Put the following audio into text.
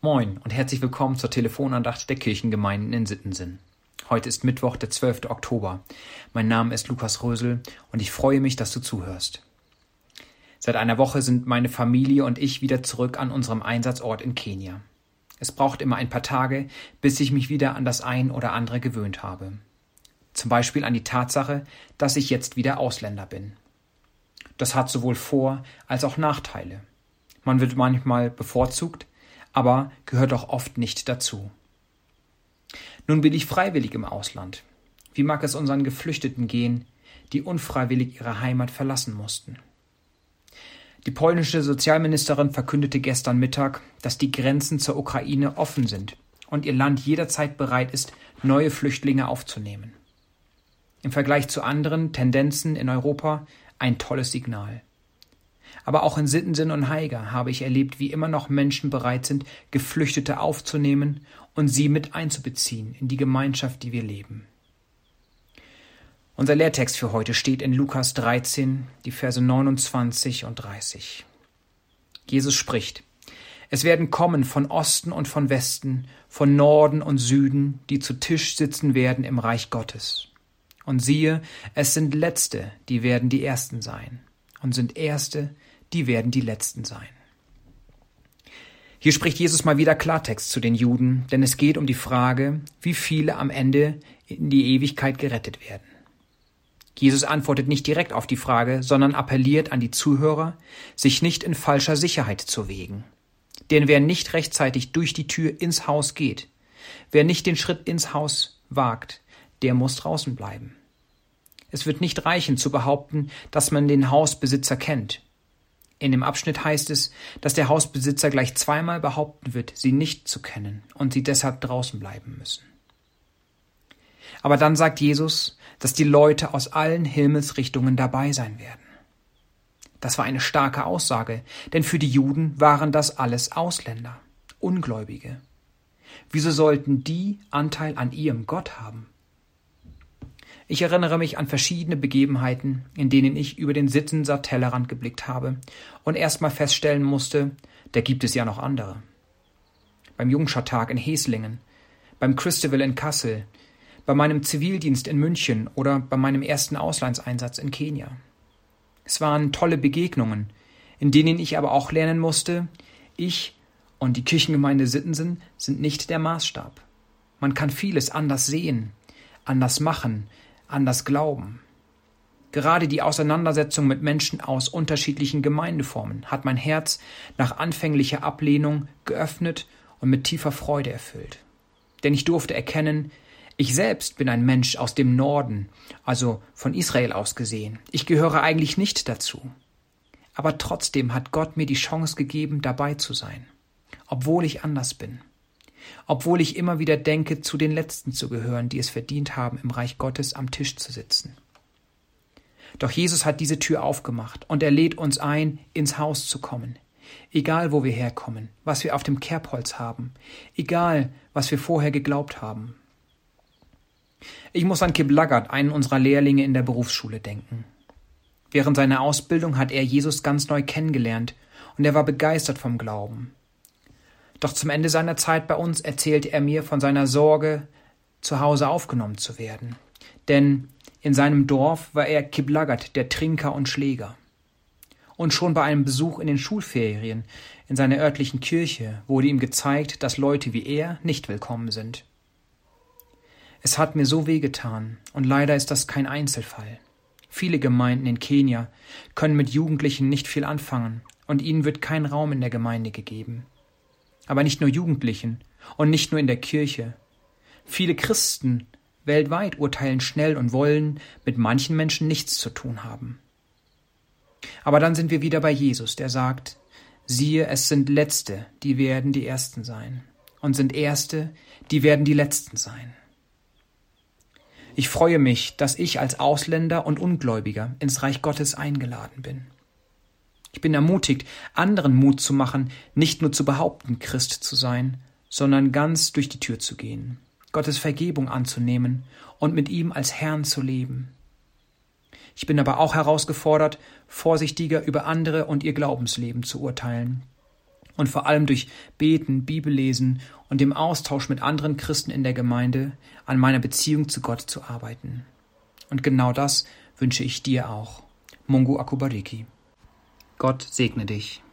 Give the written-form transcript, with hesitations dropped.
Moin und herzlich willkommen zur Telefonandacht der Kirchengemeinden in Sittensen. Heute ist Mittwoch, der 12. Oktober. Mein Name ist Lukas Rösel und ich freue mich, dass du zuhörst. Seit einer Woche sind meine Familie und ich wieder zurück an unserem Einsatzort in Kenia. Es braucht immer ein paar Tage, bis ich mich wieder an das ein oder andere gewöhnt habe. Zum Beispiel an die Tatsache, dass ich jetzt wieder Ausländer bin. Das hat sowohl Vor- als auch Nachteile. Man wird manchmal bevorzugt, aber gehört auch oft nicht dazu. Nun bin ich freiwillig im Ausland. Wie mag es unseren Geflüchteten gehen, die unfreiwillig ihre Heimat verlassen mussten? Die polnische Sozialministerin verkündete gestern Mittag, dass die Grenzen zur Ukraine offen sind und ihr Land jederzeit bereit ist, neue Flüchtlinge aufzunehmen. Im Vergleich zu anderen Tendenzen in Europa ein tolles Signal. Aber auch in Sittensen und Haiger habe ich erlebt, wie immer noch Menschen bereit sind, Geflüchtete aufzunehmen und sie mit einzubeziehen in die Gemeinschaft, die wir leben. Unser Lehrtext für heute steht in Lukas 13, die Verse 29 und 30. Jesus spricht: Es werden kommen von Osten und von Westen, von Norden und Süden, die zu Tisch sitzen werden im Reich Gottes. Und siehe, es sind Letzte, die werden die Ersten sein, und sind Erste, die werden die Letzten sein. Hier spricht Jesus mal wieder Klartext zu den Juden, denn es geht um die Frage, wie viele am Ende in die Ewigkeit gerettet werden. Jesus antwortet nicht direkt auf die Frage, sondern appelliert an die Zuhörer, sich nicht in falscher Sicherheit zu wägen. Denn wer nicht rechtzeitig durch die Tür ins Haus geht, wer nicht den Schritt ins Haus wagt, der muss draußen bleiben. Es wird nicht reichen zu behaupten, dass man den Hausbesitzer kennt. In dem Abschnitt heißt es, dass der Hausbesitzer gleich zweimal behaupten wird, sie nicht zu kennen und sie deshalb draußen bleiben müssen. Aber dann sagt Jesus, dass die Leute aus allen Himmelsrichtungen dabei sein werden. Das war eine starke Aussage, denn für die Juden waren das alles Ausländer, Ungläubige. Wieso sollten die Anteil an ihrem Gott haben? Ich erinnere mich an verschiedene Begebenheiten, in denen ich über den Sittenser Tellerrand geblickt habe und erstmal feststellen musste, da gibt es ja noch andere. Beim Jungschartag in Heslingen, beim Christabel in Kassel, bei meinem Zivildienst in München oder bei meinem ersten Auslandseinsatz in Kenia. Es waren tolle Begegnungen, in denen ich aber auch lernen musste, ich und die Kirchengemeinde Sittensen sind nicht der Maßstab. Man kann vieles anders sehen, anders machen, anders glauben. Gerade die Auseinandersetzung mit Menschen aus unterschiedlichen Gemeindeformen hat mein Herz nach anfänglicher Ablehnung geöffnet und mit tiefer Freude erfüllt. Denn ich durfte erkennen, ich selbst bin ein Mensch aus dem Norden, also von Israel aus gesehen. Ich gehöre eigentlich nicht dazu. Aber trotzdem hat Gott mir die Chance gegeben, dabei zu sein, obwohl ich anders bin. Obwohl ich immer wieder denke, zu den Letzten zu gehören, die es verdient haben, im Reich Gottes am Tisch zu sitzen. Doch Jesus hat diese Tür aufgemacht und er lädt uns ein, ins Haus zu kommen. Egal, wo wir herkommen, was wir auf dem Kerbholz haben, egal, was wir vorher geglaubt haben. Ich muss an Kip Laggert, einen unserer Lehrlinge in der Berufsschule, denken. Während seiner Ausbildung hat er Jesus ganz neu kennengelernt und er war begeistert vom Glauben. Doch zum Ende seiner Zeit bei uns erzählte er mir von seiner Sorge, zu Hause aufgenommen zu werden. Denn in seinem Dorf war er Kip Laggert, der Trinker und Schläger. Und schon bei einem Besuch in den Schulferien in seiner örtlichen Kirche wurde ihm gezeigt, dass Leute wie er nicht willkommen sind. Es hat mir so wehgetan und leider ist das kein Einzelfall. Viele Gemeinden in Kenia können mit Jugendlichen nicht viel anfangen und ihnen wird kein Raum in der Gemeinde gegeben. Aber nicht nur Jugendlichen und nicht nur in der Kirche. Viele Christen weltweit urteilen schnell und wollen mit manchen Menschen nichts zu tun haben. Aber dann sind wir wieder bei Jesus, der sagt, siehe, es sind Letzte, die werden die Ersten sein, und sind Erste, die werden die Letzten sein. Ich freue mich, dass ich als Ausländer und Ungläubiger ins Reich Gottes eingeladen bin. Ich bin ermutigt, anderen Mut zu machen, nicht nur zu behaupten, Christ zu sein, sondern ganz durch die Tür zu gehen, Gottes Vergebung anzunehmen und mit ihm als Herrn zu leben. Ich bin aber auch herausgefordert, vorsichtiger über andere und ihr Glaubensleben zu urteilen und vor allem durch Beten, Bibellesen und dem Austausch mit anderen Christen in der Gemeinde an meiner Beziehung zu Gott zu arbeiten. Und genau das wünsche ich dir auch. Mungu akubariki. Gott segne dich.